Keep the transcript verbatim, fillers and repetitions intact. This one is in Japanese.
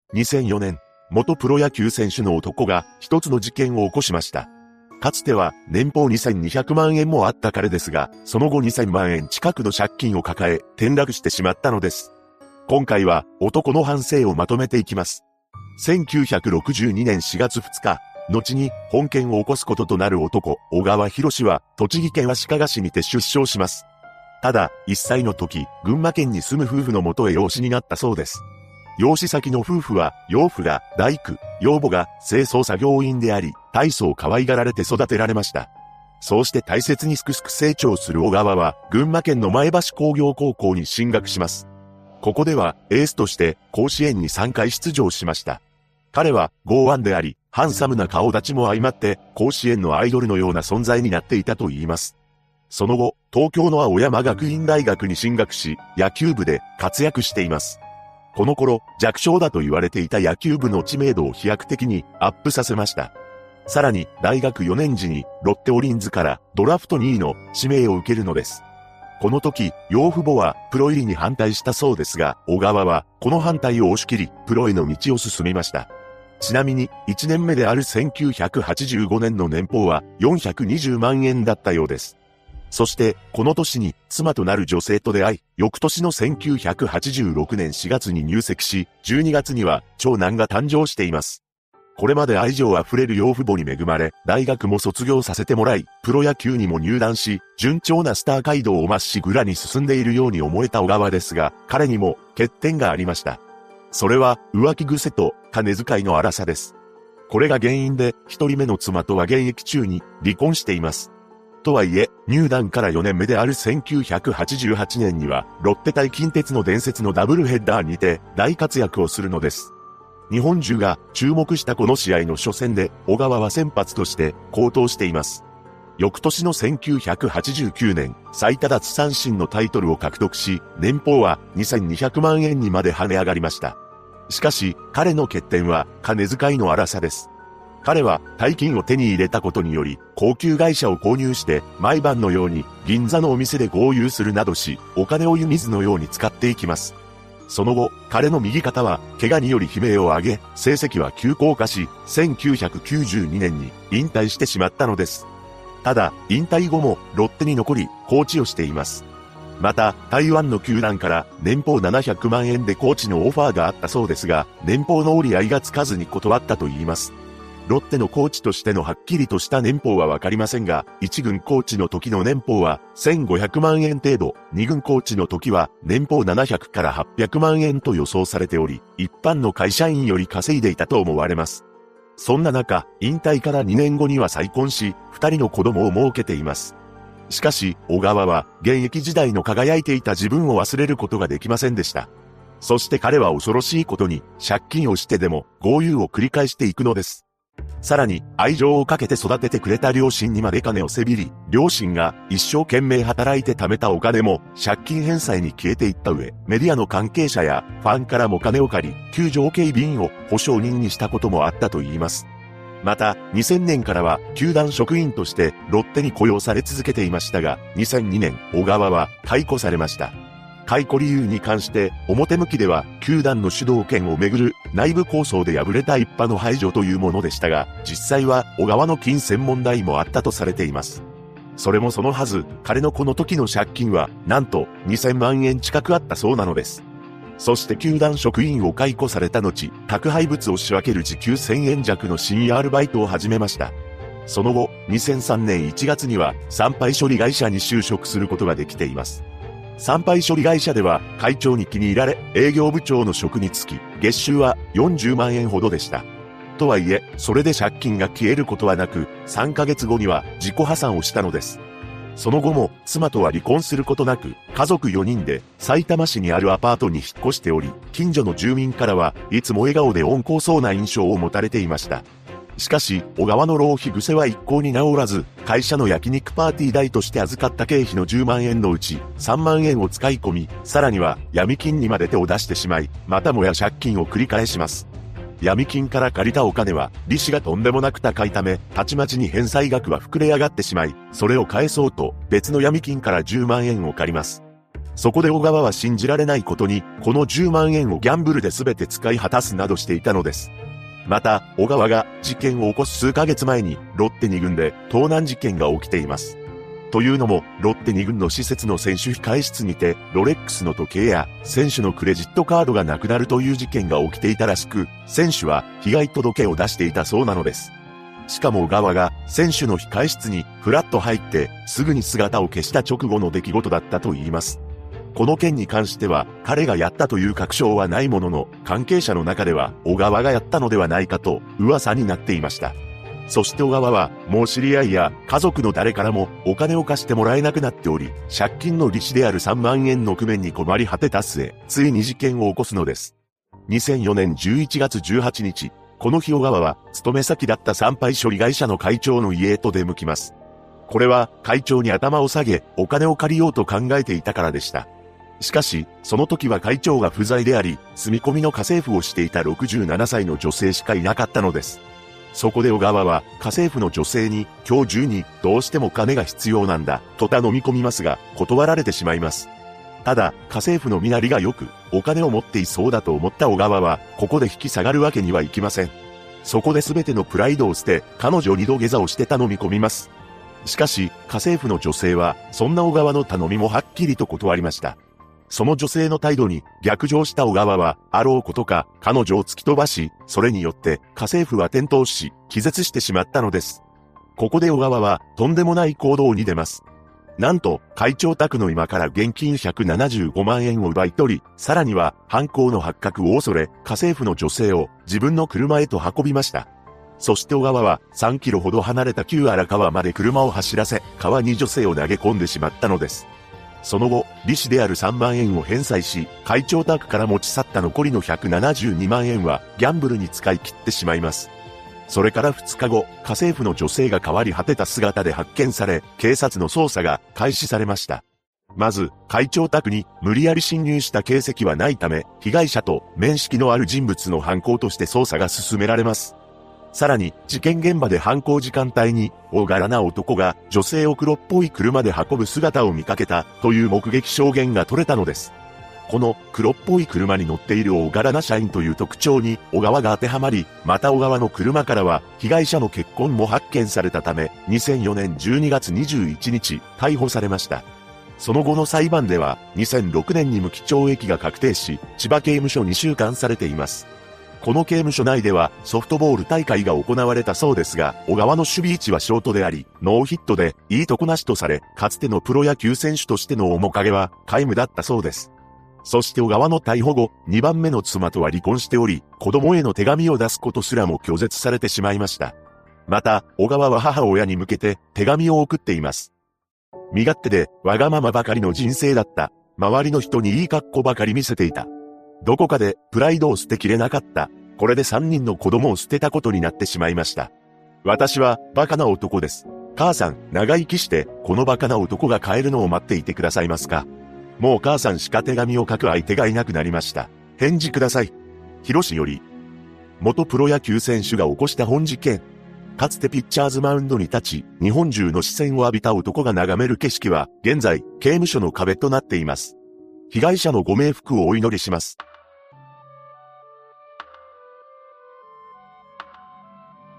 にせんよねん、元プロ野球選手の男が一つの事件を起こしました。かつては年俸にせんにひゃくまんえんもあった彼ですが、その後にせんまんえん近くの借金を抱え転落してしまったのです。今回は男の反省をまとめていきます。せんきゅうひゃくろくじゅうにねんしがつふつか、後に本件を起こすこととなる男、小川博は栃木県足利市にて出生します。ただ、いっさいの時、群馬県に住む夫婦のもとへ養子になったそうです。養子先の夫婦は、養父が大工、養母が清掃作業員であり、大層可愛がられて育てられました。そうして大切にすくすく成長する小川は、群馬県の前橋工業高校に進学します。ここでは、エースとして甲子園にさんかい出場しました。彼は、剛腕であり、ハンサムな顔立ちも相まって、甲子園のアイドルのような存在になっていたと言います。その後、東京の青山学院大学に進学し、野球部で活躍しています。この頃、弱小だと言われていた野球部の知名度を飛躍的にアップさせました。さらに、大学よねん時にロッテオリンズからドラフトにいの指名を受けるのです。この時、養父母はプロ入りに反対したそうですが、小川はこの反対を押し切り、プロへの道を進みました。ちなみに、いちねんめであるせんきゅうひゃくはちじゅうごねんの年俸はよんひゃくにじゅうまんえんだったようです。そして、この年に妻となる女性と出会い、翌年のせんきゅうひゃくはちじゅうろくねんしがつに入籍し、じゅうにがつには長男が誕生しています。これまで愛情あふれる養父母に恵まれ、大学も卒業させてもらい、プロ野球にも入団し、順調なスター街道をまっしぐらに進んでいるように思えた小川ですが、彼にも欠点がありました。それは浮気癖と金遣いの荒さです。これが原因で、一人目の妻とは現役中に離婚しています。とはいえ、入団からよねんめであるせんきゅうひゃくはちじゅうはちねんには、ロッテ対近鉄の伝説のダブルヘッダーにて大活躍をするのです。日本中が注目したこの試合の初戦で、小川は先発として好投しています。翌年のせんきゅうひゃくはちじゅうきゅうねん、最多奪三振のタイトルを獲得し、年俸はにせんにひゃくまんえんにまで跳ね上がりました。しかし、彼の欠点は金遣いの荒さです。彼は大金を手に入れたことにより、高級外車を購入して、毎晩のように銀座のお店で豪遊するなどし、お金を湯水のように使っていきます。その後、彼の右肩は、怪我により悲鳴を上げ、成績は急降下し、せんきゅうひゃくきゅうじゅうにねんに引退してしまったのです。ただ、引退後もロッテに残り、コーチをしています。また、台湾の球団から年俸ななひゃくまんえんでコーチのオファーがあったそうですが、年俸の折り合いがつかずに断ったと言います。ロッテのコーチとしてのはっきりとした年俸はわかりませんが、一軍コーチの時の年俸はせんごひゃくまんえん程度、二軍コーチの時は年俸ななひゃくからはっぴゃくまんえんと予想されており、一般の会社員より稼いでいたと思われます。そんな中、引退からにねんごには再婚し、二人の子供を設けています。しかし、小川は現役時代の輝いていた自分を忘れることができませんでした。そして彼は恐ろしいことに、借金をしてでも豪遊を繰り返していくのです。さらに、愛情をかけて育ててくれた両親にまで金をせびり、両親が一生懸命働いて貯めたお金も借金返済に消えていった上、メディアの関係者やファンからも金を借り、球場警備員を保証人にしたこともあったと言います。また、にせんねんからは球団職員としてロッテに雇用され続けていましたが、にせんにねん、小川は解雇されました。解雇理由に関して、表向きでは、球団の主導権をめぐる内部抗争で敗れた一派の排除というものでしたが、実際は小川の金銭問題もあったとされています。それもそのはず、彼のこの時の借金は、なんとにせんまんえん近くあったそうなのです。そして球団職員を解雇された後、宅配物を仕分ける時給せんえん弱の深夜アルバイトを始めました。その後、にせんさんねんいちがつには、産廃処理会社に就職することができています。産廃処理会社では会長に気に入られ営業部長の職に就き、月収はよんじゅうまんえんほどでした。とはいえ、それで借金が消えることはなく、さんかげつごには自己破産をしたのです。その後も妻とは離婚することなく、家族よにんで埼玉市にあるアパートに引っ越しており、近所の住民からはいつも笑顔で温厚そうな印象を持たれていました。しかし、小川の浪費癖は一向に治らず、会社の焼肉パーティー代として預かった経費のじゅうまんえんのうちさんまんえんを使い込み、さらには闇金にまで手を出してしまい、またもや借金を繰り返します。闇金から借りたお金は利子がとんでもなく高いため、たちまちに返済額は膨れ上がってしまい、それを返そうと別の闇金からじゅうまんえんを借ります。 そこで小川は信じられないことに、このじゅうまんえんをギャンブルで全て使い果たすなどしていたのです。また、小川が事件を起こす数ヶ月前に、ロッテに軍で盗難事件が起きています。というのも、ロッテに軍の施設の選手控え室にて、ロレックスの時計や、選手のクレジットカードがなくなるという事件が起きていたらしく、選手は被害届を出していたそうなのです。しかも小川が選手の控え室にフラッと入ってすぐに姿を消した直後の出来事だったと言います。この件に関しては彼がやったという確証はないものの、関係者の中では小川がやったのではないかと噂になっていました。そして小川はもう知り合いや家族の誰からもお金を貸してもらえなくなっており、借金の利子であるさんまんえんの工面に困り果てた末、ついに事件を起こすのです。にせんよねんじゅういちがつじゅうはちにち、この日小川は勤め先だった産廃処理会社の会長の家へと出向きます。これは会長に頭を下げお金を借りようと考えていたからでした。しかし、その時は会長が不在であり、住み込みの家政婦をしていたろくじゅうななさいの女性しかいなかったのです。そこで小川は家政婦の女性に今日中にどうしても金が必要なんだと頼み込みますが断られてしまいます。ただ家政婦の身なりが良くお金を持っていそうだと思った小川はここで引き下がるわけにはいきません。そこで全てのプライドを捨て彼女に土下座をして頼み込みます。しかし家政婦の女性はそんな小川の頼みもはっきりと断りました。その女性の態度に逆上した小川は、あろうことか彼女を突き飛ばし、それによって家政婦は転倒し、気絶してしまったのです。ここで小川はとんでもない行動に出ます。なんと、会長宅の居間から現金ひゃくななじゅうごまんえんを奪い取り、さらには犯行の発覚を恐れ、家政婦の女性を自分の車へと運びました。そして小川はさんキロほど離れた旧荒川まで車を走らせ、川に女性を投げ込んでしまったのです。その後、利子であるさんまんえんを返済し、会長宅から持ち去った残りのひゃくななじゅうにまんえんはギャンブルに使い切ってしまいます。それからふつかご、家政婦の女性が変わり果てた姿で発見され、警察の捜査が開始されました。まず、会長宅に無理やり侵入した形跡はないため、被害者と面識のある人物の犯行として捜査が進められます。さらに、事件現場で犯行時間帯に、大柄な男が女性を黒っぽい車で運ぶ姿を見かけたという目撃証言が取れたのです。この黒っぽい車に乗っている大柄な社員という特徴に小川が当てはまり、また小川の車からは被害者の血痕も発見されたため、にせんよねんじゅうにがつにじゅういちにち逮捕されました。その後の裁判ではにせんろくねんに無期懲役が確定し、千葉刑務所にしゅうかんされています。この刑務所内ではソフトボール大会が行われたそうですが、小川の守備位置はショートであり、ノーヒットでいいとこなしとされ、かつてのプロ野球選手としての面影は皆無だったそうです。そして小川の逮捕後、にばんめの妻とは離婚しており、子供への手紙を出すことすらも拒絶されてしまいました。また、小川は母親に向けて手紙を送っています。身勝手でわがままばかりの人生だった。周りの人にいい格好ばかり見せていた。どこかでプライドを捨てきれなかった。これでさんにんの子供を捨てたことになってしまいました。私はバカな男です。母さん、長生きしてこのバカな男が帰るのを待っていてくださいますか？もう母さんしか手紙を書く相手がいなくなりました。返事ください。広志より。元プロ野球選手が起こした本事件。かつてピッチャーズマウンドに立ち、日本中の視線を浴びた男が眺める景色は、現在、刑務所の壁となっています。被害者のご冥福をお祈りします。